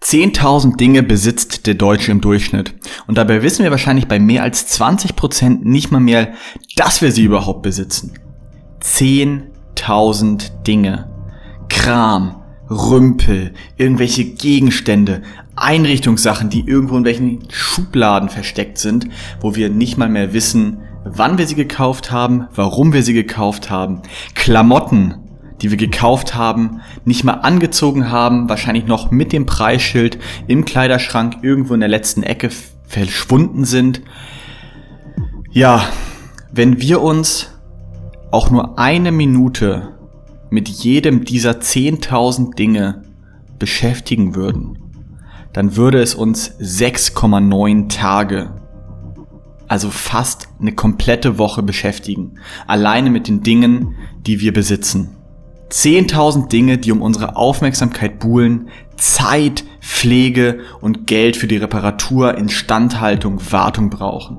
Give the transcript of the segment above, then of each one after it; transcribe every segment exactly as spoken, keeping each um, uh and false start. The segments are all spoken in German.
zehntausend Dinge besitzt der Deutsche im Durchschnitt. Und dabei wissen wir wahrscheinlich bei mehr als zwanzig Prozent nicht mal mehr, dass wir sie überhaupt besitzen. zehntausend Dinge. Kram, Rümpel, irgendwelche Gegenstände, Einrichtungssachen, die irgendwo in welchen Schubladen versteckt sind, wo wir nicht mal mehr wissen, wann wir sie gekauft haben, warum wir sie gekauft haben. Klamotten, die wir gekauft haben, nicht mal angezogen haben, wahrscheinlich noch mit dem Preisschild im Kleiderschrank irgendwo in der letzten Ecke verschwunden sind. Ja, wenn wir uns auch nur eine Minute mit jedem dieser zehntausend Dinge beschäftigen würden, dann würde es uns sechs Komma neun Tage, also fast eine komplette Woche beschäftigen, alleine mit den Dingen, die wir besitzen. zehntausend Dinge, die um unsere Aufmerksamkeit buhlen, Zeit, Pflege und Geld für die Reparatur, Instandhaltung, Wartung brauchen.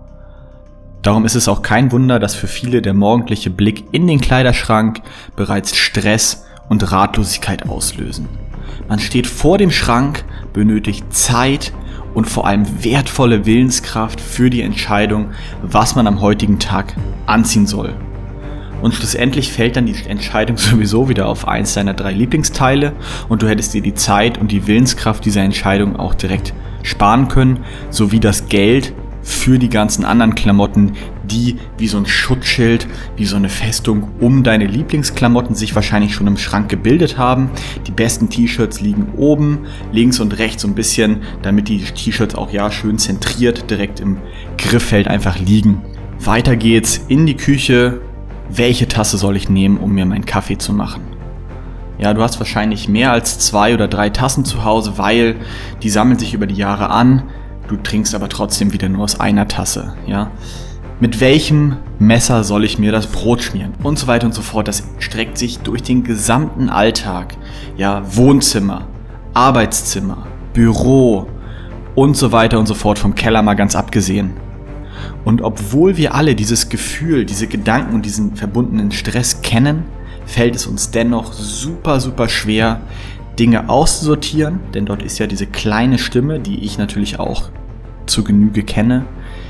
Darum ist es auch kein Wunder, dass für viele der morgendliche Blick in den Kleiderschrank bereits Stress und Ratlosigkeit auslösen. Man steht vor dem Schrank, benötigt Zeit und vor allem wertvolle Willenskraft für die Entscheidung, was man am heutigen Tag anziehen soll. Und schlussendlich fällt dann die Entscheidung sowieso wieder auf eins deiner drei Lieblingsteile und du hättest dir die Zeit und die Willenskraft dieser Entscheidung auch direkt sparen können, sowie das Geld für die ganzen anderen Klamotten, die wie so ein Schutzschild, wie so eine Festung um deine Lieblingsklamotten sich wahrscheinlich schon im Schrank gebildet haben. Die besten T-Shirts liegen oben, links und rechts so ein bisschen, damit die T-Shirts auch ja schön zentriert direkt im Grifffeld einfach liegen. Weiter geht's in die Küche. Welche Tasse soll ich nehmen, um mir meinen Kaffee zu machen? Ja, du hast wahrscheinlich mehr als zwei oder drei Tassen zu Hause, weil die sammeln sich über die Jahre an. Du trinkst aber trotzdem wieder nur aus einer Tasse, ja. Mit welchem Messer soll ich mir das Brot schmieren? Und so weiter und so fort. Das streckt sich durch den gesamten Alltag. Ja, Wohnzimmer, Arbeitszimmer, Büro und so weiter und so fort, vom Keller mal ganz abgesehen. Und obwohl wir alle dieses Gefühl, diese Gedanken und diesen verbundenen Stress kennen, fällt es uns dennoch super, super schwer, Dinge auszusortieren, denn dort ist ja diese kleine Stimme, die ich natürlich auch zur Genüge kenne.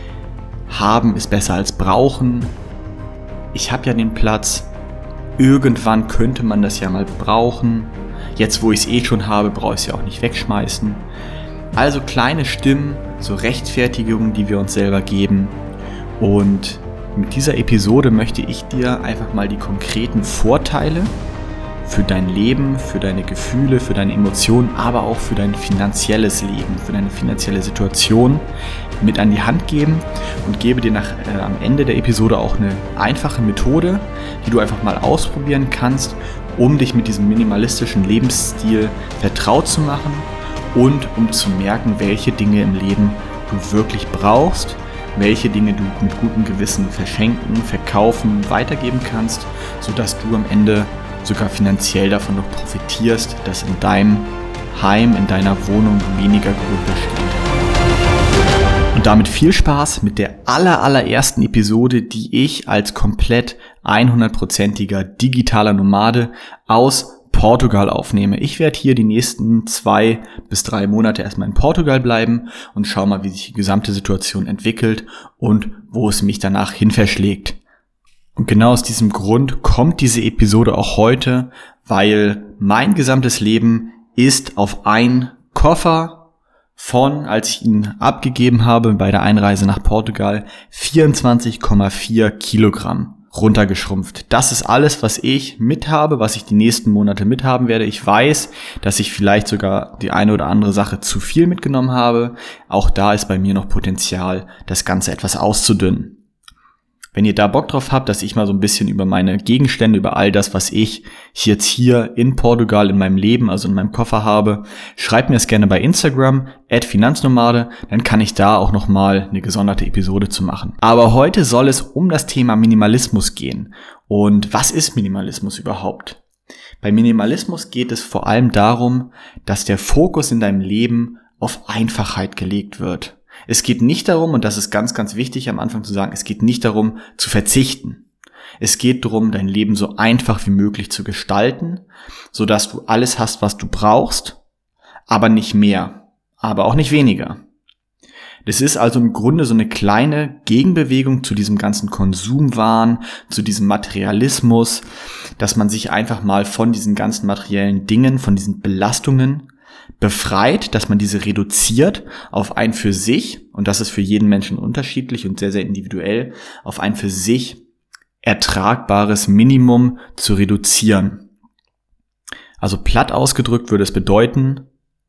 Haben ist besser als brauchen. Ich habe ja den Platz. Irgendwann könnte man das ja mal brauchen. Jetzt, wo ich es eh schon habe, brauche ich es ja auch nicht wegschmeißen. Also kleine Stimmen, so Rechtfertigungen, die wir uns selber geben. Und mit dieser Episode möchte ich dir einfach mal die konkreten Vorteile für dein Leben, für deine Gefühle, für deine Emotionen, aber auch für dein finanzielles Leben, für deine finanzielle Situation mit an die Hand geben und gebe dir nach, äh, am Ende der Episode auch eine einfache Methode, die du einfach mal ausprobieren kannst, um dich mit diesem minimalistischen Lebensstil vertraut zu machen und um zu merken, welche Dinge im Leben du wirklich brauchst, welche Dinge du mit gutem Gewissen verschenken, verkaufen, weitergeben kannst, sodass du am Ende sogar finanziell davon noch profitierst, dass in deinem Heim, in deiner Wohnung weniger Gründe steht. Und damit viel Spaß mit der aller, allerersten Episode, die ich als komplett hundertprozentiger digitaler Nomade aus Portugal aufnehme. Ich werde hier die nächsten zwei bis drei Monate erstmal in Portugal bleiben und schau mal, wie sich die gesamte Situation entwickelt und wo es mich danach hin verschlägt. Und genau aus diesem Grund kommt diese Episode auch heute, weil mein gesamtes Leben ist auf einen Koffer von, als ich ihn abgegeben habe bei der Einreise nach Portugal, vierundzwanzig Komma vier Kilogramm runtergeschrumpft. Das ist alles, was ich mithabe, was ich die nächsten Monate mithaben werde. Ich weiß, dass ich vielleicht sogar die eine oder andere Sache zu viel mitgenommen habe. Auch da ist bei mir noch Potenzial, das Ganze etwas auszudünnen. Wenn ihr da Bock drauf habt, dass ich mal so ein bisschen über meine Gegenstände, über all das, was ich jetzt hier in Portugal in meinem Leben, also in meinem Koffer habe, schreibt mir es gerne bei Instagram, at finanznomade, dann kann ich da auch nochmal eine gesonderte Episode zu machen. Aber heute soll es um das Thema Minimalismus gehen. Und was ist Minimalismus überhaupt? Bei Minimalismus geht es vor allem darum, dass der Fokus in deinem Leben auf Einfachheit gelegt wird. Es geht nicht darum, und das ist ganz, ganz wichtig am Anfang zu sagen, es geht nicht darum zu verzichten. Es geht darum, dein Leben so einfach wie möglich zu gestalten, sodass du alles hast, was du brauchst, aber nicht mehr, aber auch nicht weniger. Das ist also im Grunde so eine kleine Gegenbewegung zu diesem ganzen Konsumwahn, zu diesem Materialismus, dass man sich einfach mal von diesen ganzen materiellen Dingen, von diesen Belastungen befreit, dass man diese reduziert auf ein für sich, und das ist für jeden Menschen unterschiedlich und sehr, sehr individuell, auf ein für sich ertragbares Minimum zu reduzieren. Also platt ausgedrückt würde es bedeuten,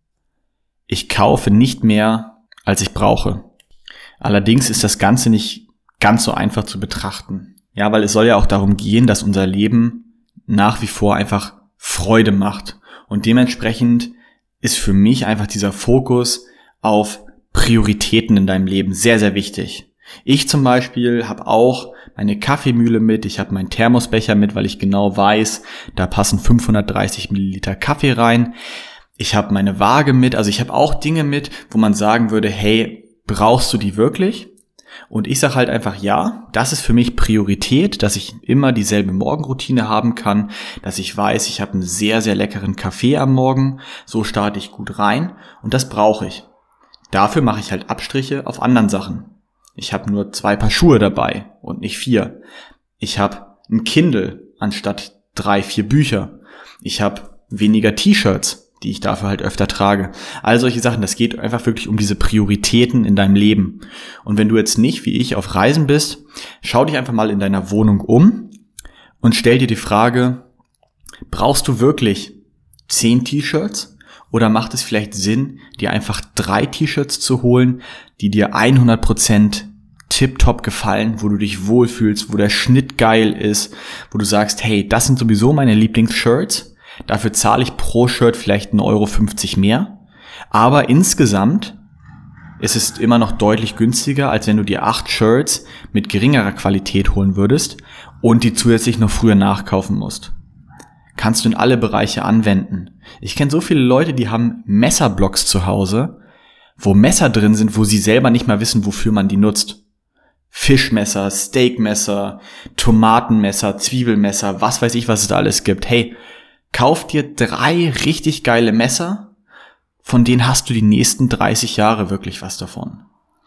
ich kaufe nicht mehr, als ich brauche. Allerdings ist das Ganze nicht ganz so einfach zu betrachten. Ja, weil es soll ja auch darum gehen, dass unser Leben nach wie vor einfach Freude macht. Und dementsprechend ist für mich einfach dieser Fokus auf Prioritäten in deinem Leben sehr, sehr wichtig. Ich zum Beispiel habe auch meine Kaffeemühle mit, ich habe meinen Thermosbecher mit, weil ich genau weiß, da passen fünfhundertdreißig Milliliter Kaffee rein. Ich habe meine Waage mit, also ich habe auch Dinge mit, wo man sagen würde, hey, brauchst du die wirklich? Und ich sage halt einfach, ja, das ist für mich Priorität, dass ich immer dieselbe Morgenroutine haben kann, dass ich weiß, ich habe einen sehr, sehr leckeren Kaffee am Morgen, so starte ich gut rein und das brauche ich. Dafür mache ich halt Abstriche auf anderen Sachen. Ich habe nur zwei Paar Schuhe dabei und nicht vier. Ich habe ein Kindle anstatt drei, vier Bücher. Ich habe weniger T-Shirts, die ich dafür halt öfter trage. All solche Sachen, das geht einfach wirklich um diese Prioritäten in deinem Leben. Und wenn du jetzt nicht, wie ich, auf Reisen bist, schau dich einfach mal in deiner Wohnung um und stell dir die Frage, brauchst du wirklich zehn T-Shirts? Oder macht es vielleicht Sinn, dir einfach drei T-Shirts zu holen, die dir hundert Prozent tipptopp gefallen, wo du dich wohlfühlst, wo der Schnitt geil ist, wo du sagst, hey, das sind sowieso meine Lieblingsshirts. Dafür zahle ich pro Shirt vielleicht einen Euro fünfzig mehr. Aber insgesamt ist es immer noch deutlich günstiger, als wenn du dir acht Shirts mit geringerer Qualität holen würdest und die zusätzlich noch früher nachkaufen musst. Kannst du in alle Bereiche anwenden. Ich kenne so viele Leute, die haben Messerblocks zu Hause, wo Messer drin sind, wo sie selber nicht mal wissen, wofür man die nutzt. Fischmesser, Steakmesser, Tomatenmesser, Zwiebelmesser, was weiß ich, was es da alles gibt. Hey, kauf dir drei richtig geile Messer, von denen hast du die nächsten dreißig Jahre wirklich was davon.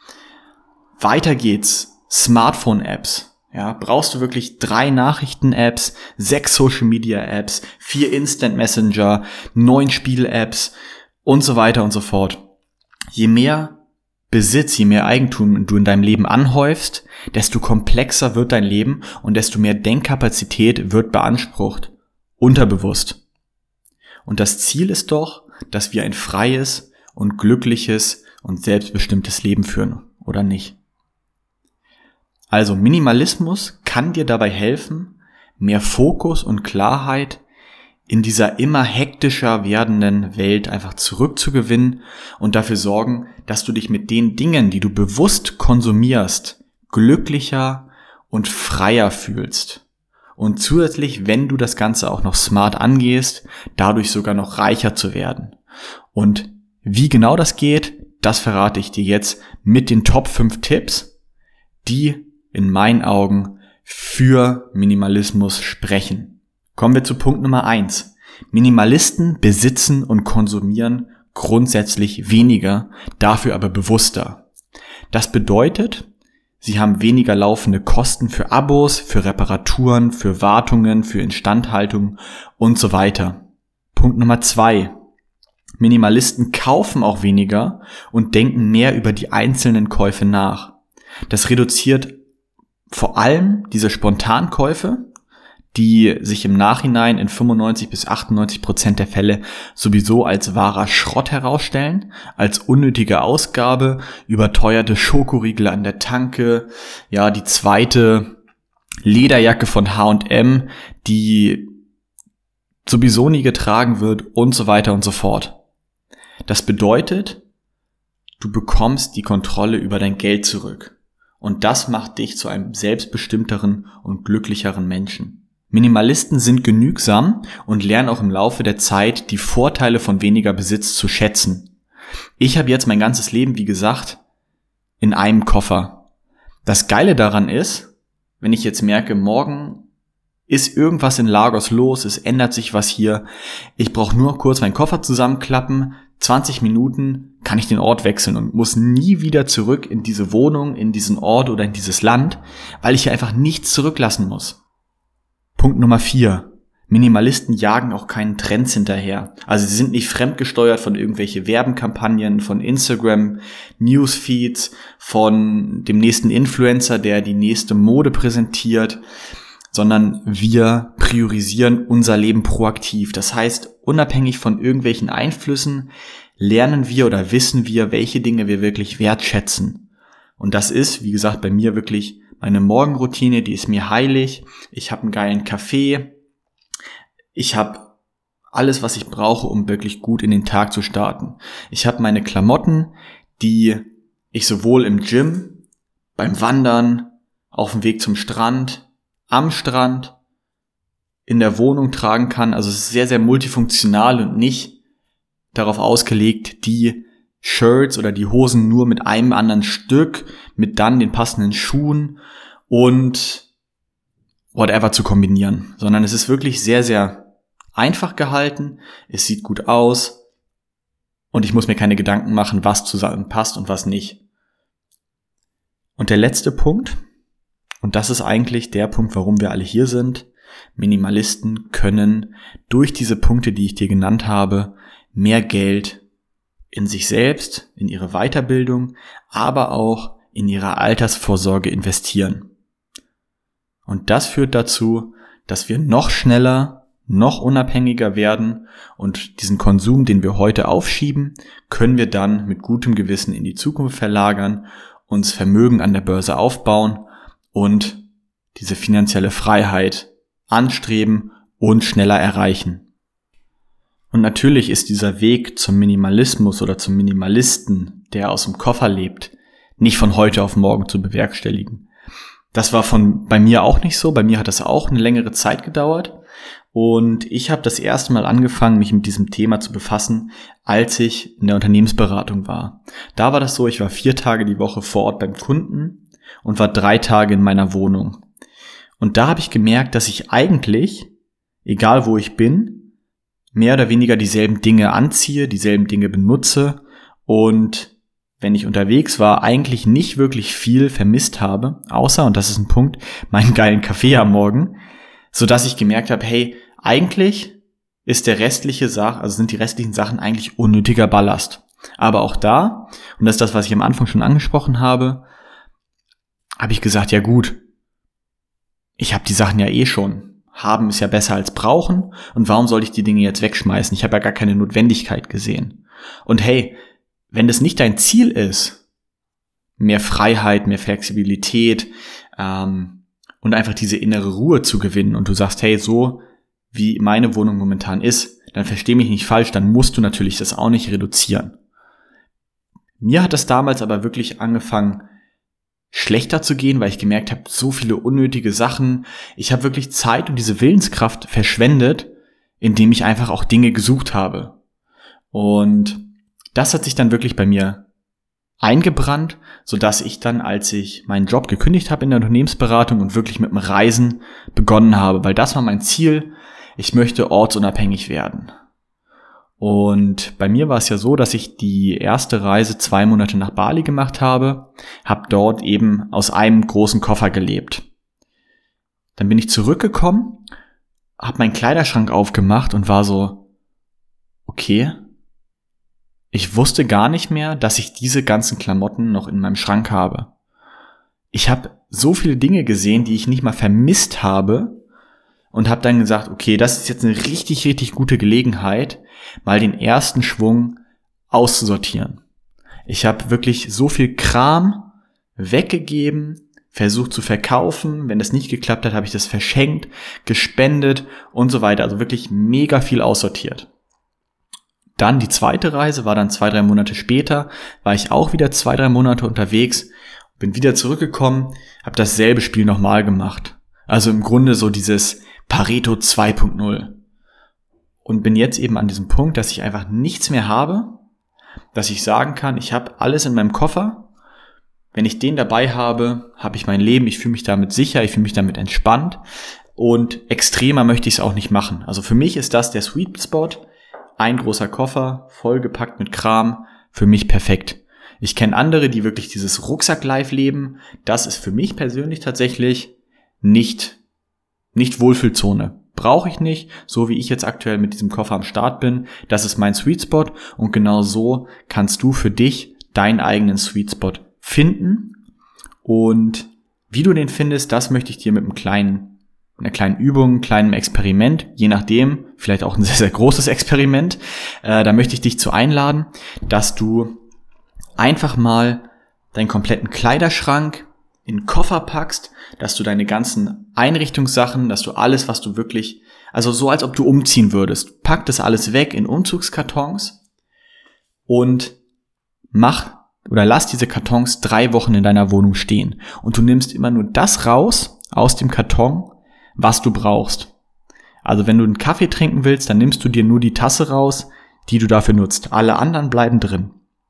Weiter geht's. Smartphone-Apps. Ja, brauchst du wirklich drei Nachrichten-Apps, sechs Social-Media-Apps, vier Instant-Messenger, neun Spiel-Apps und so weiter und so fort. Je mehr Besitz, je mehr Eigentum du in deinem Leben anhäufst, desto komplexer wird dein Leben und desto mehr Denkkapazität wird beansprucht. Unterbewusst. Und das Ziel ist doch, dass wir ein freies und glückliches und selbstbestimmtes Leben führen, oder nicht? Also Minimalismus kann dir dabei helfen, mehr Fokus und Klarheit in dieser immer hektischer werdenden Welt einfach zurückzugewinnen und dafür sorgen, dass du dich mit den Dingen, die du bewusst konsumierst, glücklicher und freier fühlst. Und zusätzlich, wenn du das Ganze auch noch smart angehst, dadurch sogar noch reicher zu werden. Und wie genau das geht, das verrate ich dir jetzt mit den Top fünf Tipps, die in meinen Augen für Minimalismus sprechen. Kommen wir zu Punkt Nummer eins. Minimalisten besitzen und konsumieren grundsätzlich weniger, dafür aber bewusster. Das bedeutet, sie haben weniger laufende Kosten für Abos, für Reparaturen, für Wartungen, für Instandhaltung und so weiter. Punkt Nummer zwei. Minimalisten kaufen auch weniger und denken mehr über die einzelnen Käufe nach. Das reduziert vor allem diese Spontankäufe, die sich im Nachhinein in fünfundneunzig bis achtundneunzig Prozent der Fälle sowieso als wahrer Schrott herausstellen, als unnötige Ausgabe, überteuerte Schokoriegel an der Tanke, ja, die zweite Lederjacke von H und M, die sowieso nie getragen wird und so weiter und so fort. Das bedeutet, du bekommst die Kontrolle über dein Geld zurück. Und das macht dich zu einem selbstbestimmteren und glücklicheren Menschen. Minimalisten sind genügsam und lernen auch im Laufe der Zeit die Vorteile von weniger Besitz zu schätzen. Ich habe jetzt mein ganzes Leben, wie gesagt, in einem Koffer. Das Geile daran ist, wenn ich jetzt merke, morgen ist irgendwas in Lagos los, es ändert sich was hier, ich brauche nur kurz meinen Koffer zusammenklappen, zwanzig Minuten kann ich den Ort wechseln und muss nie wieder zurück in diese Wohnung, in diesen Ort oder in dieses Land, weil ich hier einfach nichts zurücklassen muss. Punkt Nummer vier. Minimalisten jagen auch keinen Trends hinterher. Also sie sind nicht fremdgesteuert von irgendwelche Werbenkampagnen, von Instagram, Newsfeeds, von dem nächsten Influencer, der die nächste Mode präsentiert, sondern wir priorisieren unser Leben proaktiv. Das heißt, unabhängig von irgendwelchen Einflüssen lernen wir oder wissen wir, welche Dinge wir wirklich wertschätzen. Und das ist, wie gesagt, bei mir wirklich meine Morgenroutine, die ist mir heilig. Ich habe einen geilen Kaffee. Ich habe alles, was ich brauche, um wirklich gut in den Tag zu starten. Ich habe meine Klamotten, die ich sowohl im Gym, beim Wandern, auf dem Weg zum Strand, am Strand, in der Wohnung tragen kann. Also es ist sehr, sehr multifunktional und nicht darauf ausgelegt, die Shirts oder die Hosen nur mit einem anderen Stück, mit dann den passenden Schuhen und whatever zu kombinieren. Sondern es ist wirklich sehr, sehr einfach gehalten, es sieht gut aus und ich muss mir keine Gedanken machen, was zusammenpasst und was nicht. Und der letzte Punkt, und das ist eigentlich der Punkt, warum wir alle hier sind, Minimalisten können durch diese Punkte, die ich dir genannt habe, mehr Geld in sich selbst, in ihre Weiterbildung, aber auch in ihre Altersvorsorge investieren. Und das führt dazu, dass wir noch schneller, noch unabhängiger werden und diesen Konsum, den wir heute aufschieben, können wir dann mit gutem Gewissen in die Zukunft verlagern, uns Vermögen an der Börse aufbauen und diese finanzielle Freiheit anstreben und schneller erreichen. Und natürlich ist dieser Weg zum Minimalismus oder zum Minimalisten, der aus dem Koffer lebt, nicht von heute auf morgen zu bewerkstelligen. Das war von bei mir auch nicht so. Bei mir hat das auch eine längere Zeit gedauert. Und ich habe das erste Mal angefangen, mich mit diesem Thema zu befassen, als ich in der Unternehmensberatung war. Da war das so, ich war vier Tage die Woche vor Ort beim Kunden und war drei Tage in meiner Wohnung. Und da habe ich gemerkt, dass ich eigentlich, egal wo ich bin, mehr oder weniger dieselben Dinge anziehe, dieselben Dinge benutze und wenn ich unterwegs war, eigentlich nicht wirklich viel vermisst habe, außer, und das ist ein Punkt, meinen geilen Kaffee am Morgen, so dass ich gemerkt habe, hey, eigentlich ist der restliche Sach, also sind die restlichen Sachen eigentlich unnötiger Ballast. Aber auch da, und das ist das, was ich am Anfang schon angesprochen habe, habe ich gesagt, ja gut, ich habe die Sachen ja eh schon. Haben ist ja besser als brauchen. Und warum soll ich die Dinge jetzt wegschmeißen? Ich habe ja gar keine Notwendigkeit gesehen. Und hey, wenn das nicht dein Ziel ist, mehr Freiheit, mehr Flexibilität ähm, und einfach diese innere Ruhe zu gewinnen und du sagst, hey, so wie meine Wohnung momentan ist, dann versteh mich nicht falsch, dann musst du natürlich das auch nicht reduzieren. Mir hat das damals aber wirklich angefangen, schlechter zu gehen, weil ich gemerkt habe, so viele unnötige Sachen. Ich habe wirklich Zeit und diese Willenskraft verschwendet, indem ich einfach auch Dinge gesucht habe. Und das hat sich dann wirklich bei mir eingebrannt, sodass ich dann, als ich meinen Job gekündigt habe in der Unternehmensberatung und wirklich mit dem Reisen begonnen habe, weil das war mein Ziel, ich möchte ortsunabhängig werden. Und bei mir war es ja so, dass ich die erste Reise zwei Monate nach Bali gemacht habe, habe dort eben aus einem großen Koffer gelebt. Dann bin ich zurückgekommen, habe meinen Kleiderschrank aufgemacht und war so, okay, ich wusste gar nicht mehr, dass ich diese ganzen Klamotten noch in meinem Schrank habe. Ich habe so viele Dinge gesehen, die ich nicht mal vermisst habe, und habe dann gesagt, okay, das ist jetzt eine richtig, richtig gute Gelegenheit, mal den ersten Schwung auszusortieren. Ich habe wirklich so viel Kram weggegeben, versucht zu verkaufen. Wenn das nicht geklappt hat, habe ich das verschenkt, gespendet und so weiter. Also wirklich mega viel aussortiert. Dann die zweite Reise war dann zwei, drei Monate später, war ich auch wieder zwei, drei Monate unterwegs, bin wieder zurückgekommen, habe dasselbe Spiel nochmal gemacht. Also im Grunde so dieses Pareto zwei Punkt null. Und bin jetzt eben an diesem Punkt, dass ich einfach nichts mehr habe, dass ich sagen kann, ich habe alles in meinem Koffer. Wenn ich den dabei habe, habe ich mein Leben, ich fühle mich damit sicher, ich fühle mich damit entspannt. Und extremer möchte ich es auch nicht machen. Also für mich ist das der Sweet Spot. Ein großer Koffer, vollgepackt mit Kram, für mich perfekt. Ich kenne andere, die wirklich dieses Rucksack-Life leben. Das ist für mich persönlich tatsächlich nicht, nicht Wohlfühlzone. Brauche ich nicht, so wie ich jetzt aktuell mit diesem Koffer am Start bin. Das ist mein Sweet Spot und genau so kannst du für dich deinen eigenen Sweet Spot finden. Und wie du den findest, das möchte ich dir mit einem kleinen einer kleinen Übung, einem kleinen Experiment, je nachdem, vielleicht auch ein sehr, sehr großes Experiment, äh, da möchte ich dich zu einladen, dass du einfach mal deinen kompletten Kleiderschrank in den Koffer packst, dass du deine ganzen Einrichtungssachen, dass du alles, was du wirklich, also so als ob du umziehen würdest, pack das alles weg in Umzugskartons und mach oder lass diese Kartons drei Wochen in deiner Wohnung stehen und du nimmst immer nur das raus aus dem Karton, was du brauchst. Also wenn du einen Kaffee trinken willst, dann nimmst du dir nur die Tasse raus, die du dafür nutzt. Alle anderen bleiben drin.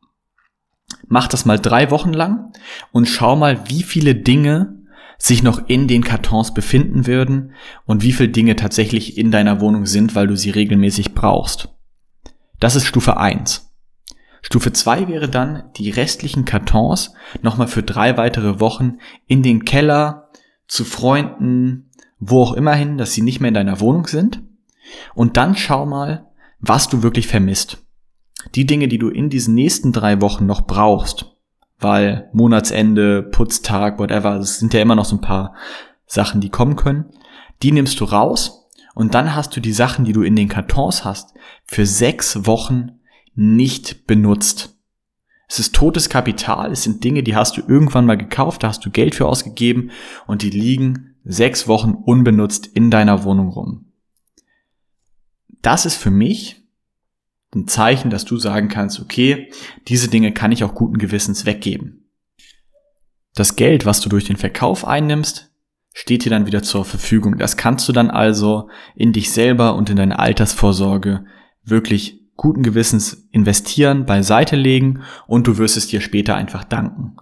Mach das mal drei Wochen lang und schau mal, wie viele Dinge sich noch in den Kartons befinden würden und wie viele Dinge tatsächlich in deiner Wohnung sind, weil du sie regelmäßig brauchst. Das ist Stufe eins. Stufe zwei wäre dann, die restlichen Kartons nochmal für drei weitere Wochen in den Keller, zu Freunden, wo auch immer hin, dass sie nicht mehr in deiner Wohnung sind. Und dann schau mal, was du wirklich vermisst. Die Dinge, die du in diesen nächsten drei Wochen noch brauchst, weil Monatsende, Putztag, whatever, es sind ja immer noch so ein paar Sachen, die kommen können, die nimmst du raus und dann hast du die Sachen, die du in den Kartons hast, für sechs Wochen nicht benutzt. Es ist totes Kapital, es sind Dinge, die hast du irgendwann mal gekauft, da hast du Geld für ausgegeben und die liegen sechs Wochen unbenutzt in deiner Wohnung rum. Das ist für mich ein Zeichen, dass du sagen kannst, okay, diese Dinge kann ich auch guten Gewissens weggeben. Das Geld, was du durch den Verkauf einnimmst, steht dir dann wieder zur Verfügung. Das kannst du dann also in dich selber und in deine Altersvorsorge wirklich guten Gewissens investieren, beiseite legen und du wirst es dir später einfach danken.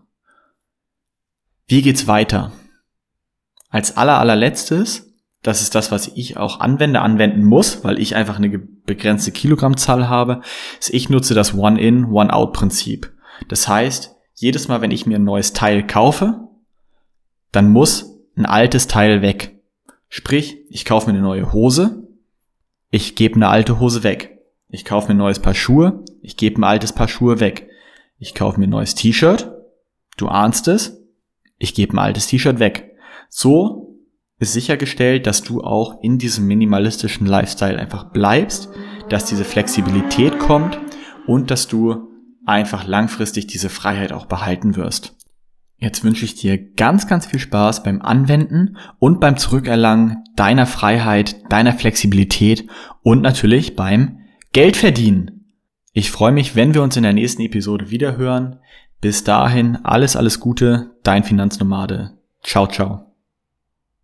Wie geht's weiter? Als aller, allerletztes, das ist das, was ich auch anwende, anwenden muss, weil ich einfach eine begrenzte Kilogrammzahl habe, ist, ich nutze das One-In, One-Out-Prinzip. Das heißt, jedes Mal, wenn ich mir ein neues Teil kaufe, dann muss ein altes Teil weg. Sprich, ich kaufe mir eine neue Hose, ich gebe eine alte Hose weg. Ich kaufe mir ein neues Paar Schuhe, ich gebe ein altes Paar Schuhe weg. Ich kaufe mir ein neues T-Shirt, du ahnst es, ich gebe ein altes T-Shirt weg. So ist sichergestellt, dass du auch in diesem minimalistischen Lifestyle einfach bleibst, dass diese Flexibilität kommt und dass du einfach langfristig diese Freiheit auch behalten wirst. Jetzt wünsche ich dir ganz, ganz viel Spaß beim Anwenden und beim Zurückerlangen deiner Freiheit, deiner Flexibilität und natürlich beim Geld verdienen. Ich freue mich, wenn wir uns in der nächsten Episode wieder hören. Bis dahin, alles, alles Gute, dein Finanznomade. Ciao, ciao.